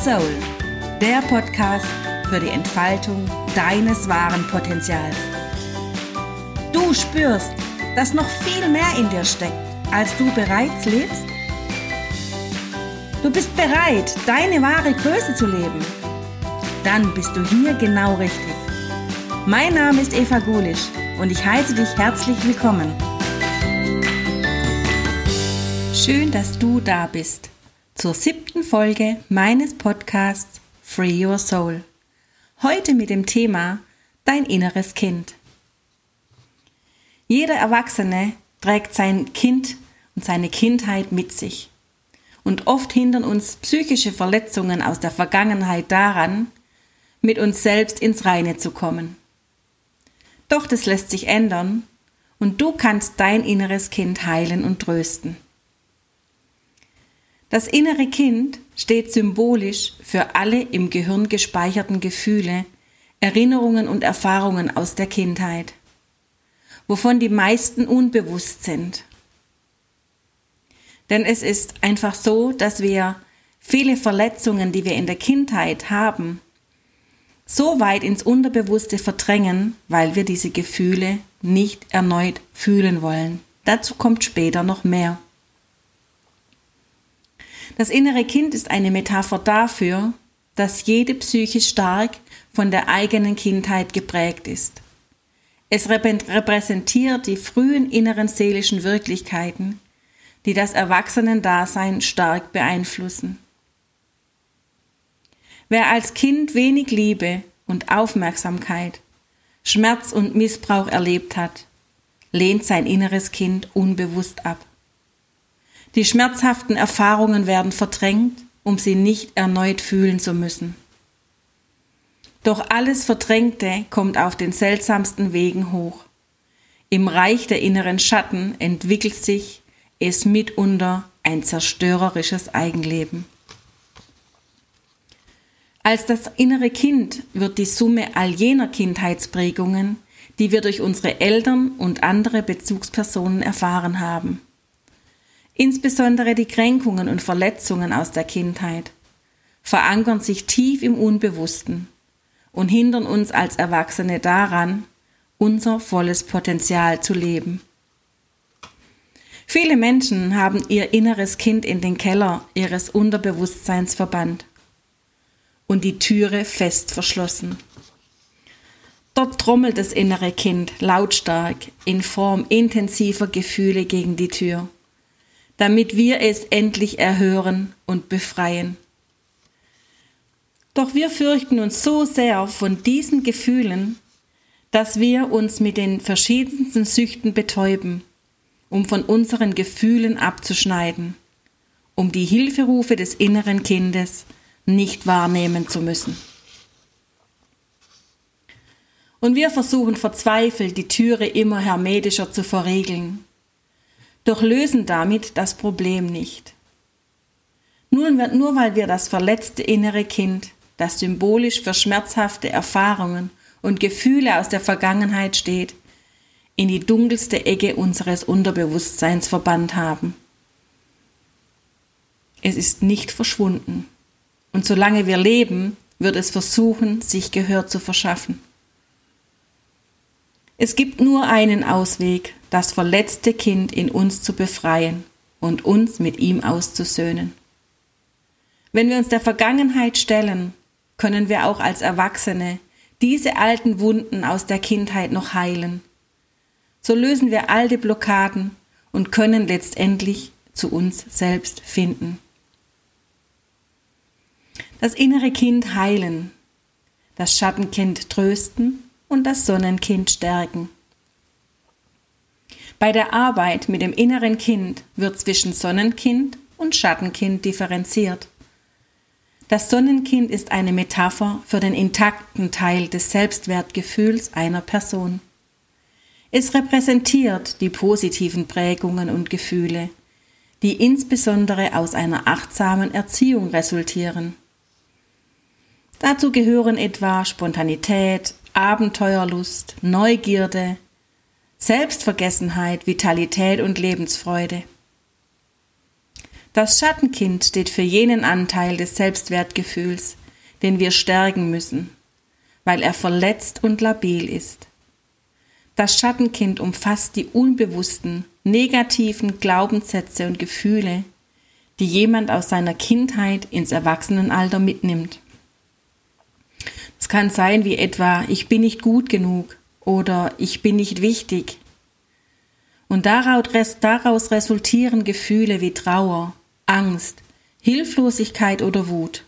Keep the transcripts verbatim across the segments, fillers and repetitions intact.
Soul, der Podcast für die Entfaltung deines wahren Potenzials. Du spürst, dass noch viel mehr in dir steckt, als du bereits lebst? Du bist bereit, deine wahre Größe zu leben? Dann bist du hier genau richtig. Mein Name ist Eva Gulisch und ich heiße dich herzlich willkommen. Schön, dass du da bist zur siebten Folge meines Podcasts Free Your Soul. Heute mit dem Thema Dein inneres Kind. Jeder Erwachsene trägt sein Kind und seine Kindheit mit sich. Und oft hindern uns psychische Verletzungen aus der Vergangenheit daran, mit uns selbst ins Reine zu kommen. Doch das lässt sich ändern und du kannst dein inneres Kind heilen und trösten. Das innere Kind steht symbolisch für alle im Gehirn gespeicherten Gefühle, Erinnerungen und Erfahrungen aus der Kindheit, wovon die meisten unbewusst sind. Denn es ist einfach so, dass wir viele Verletzungen, die wir in der Kindheit haben, so weit ins Unterbewusste verdrängen, weil wir diese Gefühle nicht erneut fühlen wollen. Dazu kommt später noch mehr. Das innere Kind ist eine Metapher dafür, dass jede Psyche stark von der eigenen Kindheit geprägt ist. Es repräsentiert die frühen inneren seelischen Wirklichkeiten, die das Erwachsenendasein stark beeinflussen. Wer als Kind wenig Liebe und Aufmerksamkeit, Schmerz und Missbrauch erlebt hat, lehnt sein inneres Kind unbewusst ab. Die schmerzhaften Erfahrungen werden verdrängt, um sie nicht erneut fühlen zu müssen. Doch alles Verdrängte kommt auf den seltsamsten Wegen hoch. Im Reich der inneren Schatten entwickelt sich es mitunter ein zerstörerisches Eigenleben. Als das innere Kind wird die Summe all jener Kindheitsprägungen, die wir durch unsere Eltern und andere Bezugspersonen erfahren haben. Insbesondere die Kränkungen und Verletzungen aus der Kindheit verankern sich tief im Unbewussten und hindern uns als Erwachsene daran, unser volles Potenzial zu leben. Viele Menschen haben ihr inneres Kind in den Keller ihres Unterbewusstseins verbannt und die Türe fest verschlossen. Dort trommelt das innere Kind lautstark in Form intensiver Gefühle gegen die Tür, damit wir es endlich erhören und befreien. Doch wir fürchten uns so sehr von diesen Gefühlen, dass wir uns mit den verschiedensten Süchten betäuben, um von unseren Gefühlen abzuschneiden, um die Hilferufe des inneren Kindes nicht wahrnehmen zu müssen. Und wir versuchen verzweifelt, die Türe immer hermetischer zu verriegeln, doch lösen damit das Problem nicht. Nun wird nur weil wir das verletzte innere Kind, das symbolisch für schmerzhafte Erfahrungen und Gefühle aus der Vergangenheit steht, in die dunkelste Ecke unseres Unterbewusstseins verbannt haben. Es ist nicht verschwunden. Und solange wir leben, wird es versuchen, sich Gehör zu verschaffen. Es gibt nur einen Ausweg, das verletzte Kind in uns zu befreien und uns mit ihm auszusöhnen. Wenn wir uns der Vergangenheit stellen, können wir auch als Erwachsene diese alten Wunden aus der Kindheit noch heilen. So lösen wir alte Blockaden und können letztendlich zu uns selbst finden. Das innere Kind heilen, das Schattenkind trösten und das Sonnenkind stärken. Bei der Arbeit mit dem inneren Kind wird zwischen Sonnenkind und Schattenkind differenziert. Das Sonnenkind ist eine Metapher für den intakten Teil des Selbstwertgefühls einer Person. Es repräsentiert die positiven Prägungen und Gefühle, die insbesondere aus einer achtsamen Erziehung resultieren. Dazu gehören etwa Spontanität, Abenteuerlust, Neugierde, Selbstvergessenheit, Vitalität und Lebensfreude. Das Schattenkind steht für jenen Anteil des Selbstwertgefühls, den wir stärken müssen, weil er verletzt und labil ist. Das Schattenkind umfasst die unbewussten, negativen Glaubenssätze und Gefühle, die jemand aus seiner Kindheit ins Erwachsenenalter mitnimmt. Es kann sein wie etwa, ich bin nicht gut genug oder ich bin nicht wichtig. Und daraus resultieren Gefühle wie Trauer, Angst, Hilflosigkeit oder Wut.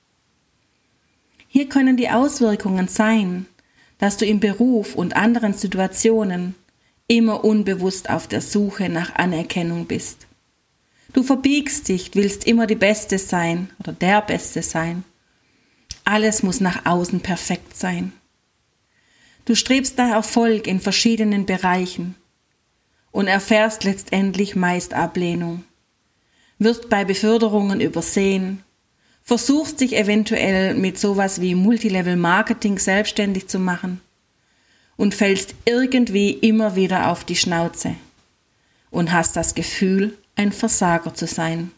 Hier können die Auswirkungen sein, dass du im Beruf und anderen Situationen immer unbewusst auf der Suche nach Anerkennung bist. Du verbiegst dich, willst immer die Beste sein oder der Beste sein. Alles muss nach außen perfekt sein. Du strebst nach Erfolg in verschiedenen Bereichen und erfährst letztendlich meist Ablehnung, wirst bei Beförderungen übersehen, versuchst dich eventuell mit sowas wie Multilevel-Marketing selbstständig zu machen und fällst irgendwie immer wieder auf die Schnauze und hast das Gefühl, ein Versager zu sein.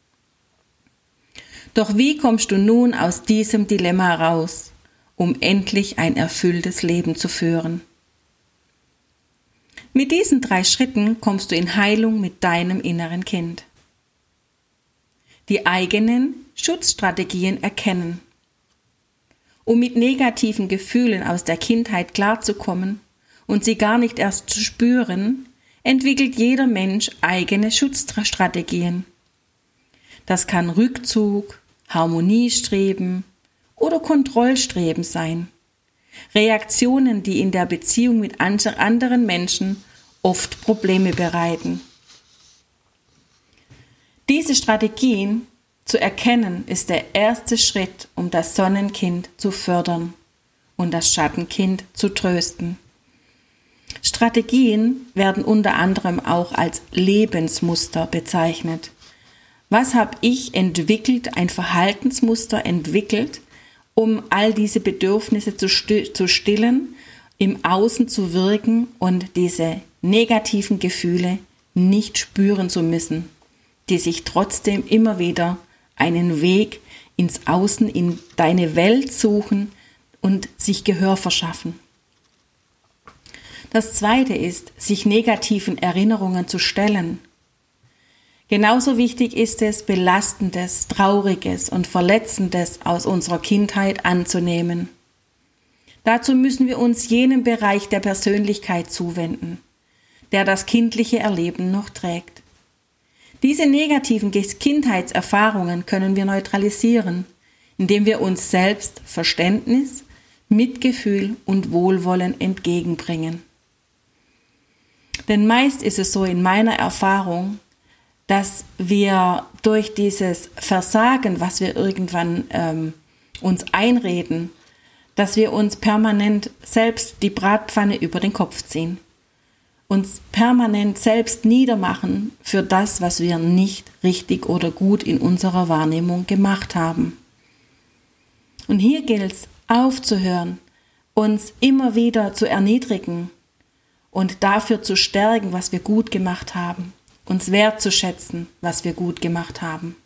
Doch wie kommst du nun aus diesem Dilemma raus, um endlich ein erfülltes Leben zu führen? Mit diesen drei Schritten kommst du in Heilung mit deinem inneren Kind. Die eigenen Schutzstrategien erkennen. Um mit negativen Gefühlen aus der Kindheit klarzukommen und sie gar nicht erst zu spüren, entwickelt jeder Mensch eigene Schutzstrategien. Das kann Rückzug, Harmoniestreben oder Kontrollstreben sein. Reaktionen, die in der Beziehung mit anderen Menschen oft Probleme bereiten. Diese Strategien zu erkennen, ist der erste Schritt, um das Sonnenkind zu fördern und das Schattenkind zu trösten. Strategien werden unter anderem auch als Lebensmuster bezeichnet. Was habe ich entwickelt, ein Verhaltensmuster entwickelt, um all diese Bedürfnisse zu stillen, im Außen zu wirken und diese negativen Gefühle nicht spüren zu müssen, die sich trotzdem immer wieder einen Weg ins Außen, in deine Welt suchen und sich Gehör verschaffen. Das Zweite ist, sich negativen Erinnerungen zu stellen. Genauso wichtig ist es, Belastendes, Trauriges und Verletzendes aus unserer Kindheit anzunehmen. Dazu müssen wir uns jenem Bereich der Persönlichkeit zuwenden, der das kindliche Erleben noch trägt. Diese negativen Kindheitserfahrungen können wir neutralisieren, indem wir uns selbst Verständnis, Mitgefühl und Wohlwollen entgegenbringen. Denn meist ist es so in meiner Erfahrung, dass wir durch dieses Versagen, was wir irgendwann ähm, uns einreden, dass wir uns permanent selbst die Bratpfanne über den Kopf ziehen, uns permanent selbst niedermachen für das, was wir nicht richtig oder gut in unserer Wahrnehmung gemacht haben. Und hier gilt es, aufzuhören, uns immer wieder zu erniedrigen und dafür zu stärken, was wir gut gemacht haben, uns wertzuschätzen, was wir gut gemacht haben.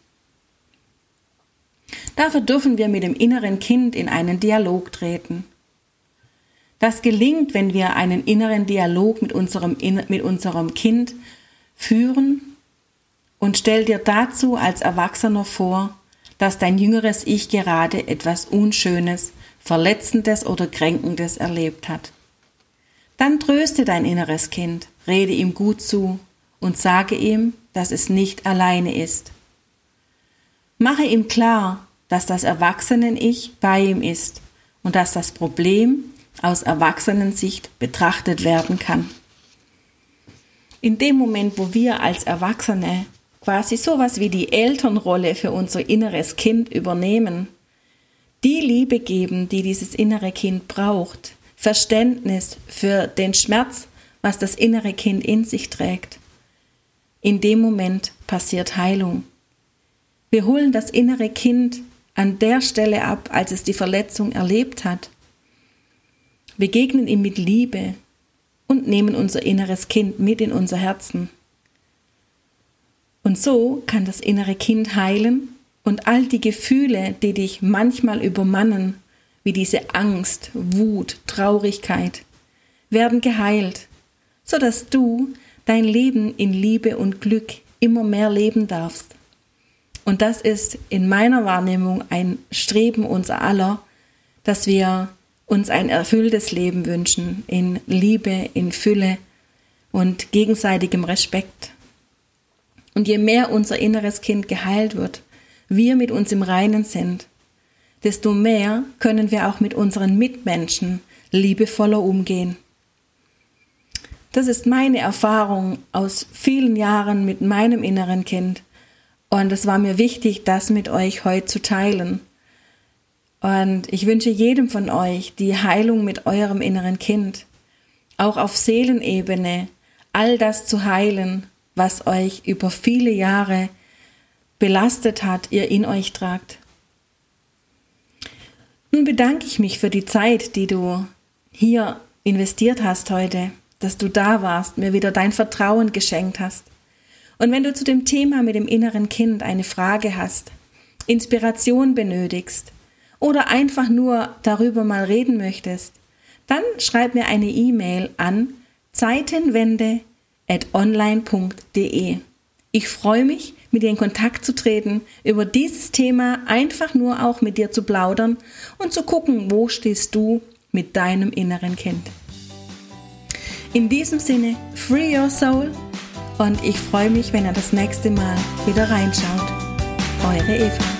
Dafür dürfen wir mit dem inneren Kind in einen Dialog treten. Das gelingt, wenn wir einen inneren Dialog mit unserem, mit unserem Kind führen, und stell dir dazu als Erwachsener vor, dass dein jüngeres Ich gerade etwas Unschönes, Verletzendes oder Kränkendes erlebt hat. Dann tröste dein inneres Kind, rede ihm gut zu und sage ihm, dass es nicht alleine ist. Mache ihm klar, dass das Erwachsenen-Ich bei ihm ist und dass das Problem aus Erwachsenensicht betrachtet werden kann. In dem Moment, wo wir als Erwachsene quasi sowas wie die Elternrolle für unser inneres Kind übernehmen, die Liebe geben, die dieses innere Kind braucht, Verständnis für den Schmerz, was das innere Kind in sich trägt, in dem Moment passiert Heilung. Wir holen das innere Kind an der Stelle ab, als es die Verletzung erlebt hat, begegnen ihm mit Liebe und nehmen unser inneres Kind mit in unser Herzen. Und so kann das innere Kind heilen und all die Gefühle, die dich manchmal übermannen, wie diese Angst, Wut, Traurigkeit, werden geheilt, sodass du dein Leben in Liebe und Glück immer mehr leben darfst. Und das ist in meiner Wahrnehmung ein Streben unser aller, dass wir uns ein erfülltes Leben wünschen, in Liebe, in Fülle und gegenseitigem Respekt. Und je mehr unser inneres Kind geheilt wird, wir mit uns im Reinen sind, desto mehr können wir auch mit unseren Mitmenschen liebevoller umgehen. Das ist meine Erfahrung aus vielen Jahren mit meinem inneren Kind. Und es war mir wichtig, das mit euch heute zu teilen. Und ich wünsche jedem von euch die Heilung mit eurem inneren Kind, auch auf Seelenebene, all das zu heilen, was euch über viele Jahre belastet hat, ihr in euch tragt. Nun bedanke ich mich für die Zeit, die du hier investiert hast heute, dass du da warst, mir wieder dein Vertrauen geschenkt hast. Und wenn du zu dem Thema mit dem inneren Kind eine Frage hast, Inspiration benötigst oder einfach nur darüber mal reden möchtest, dann schreib mir eine E-Mail an zeitenwende at online punkt de. Ich freue mich, mit dir in Kontakt zu treten, über dieses Thema einfach nur auch mit dir zu plaudern und zu gucken, wo stehst du mit deinem inneren Kind. In diesem Sinne, free your soul und ich freue mich, wenn ihr das nächste Mal wieder reinschaut. Eure Eva.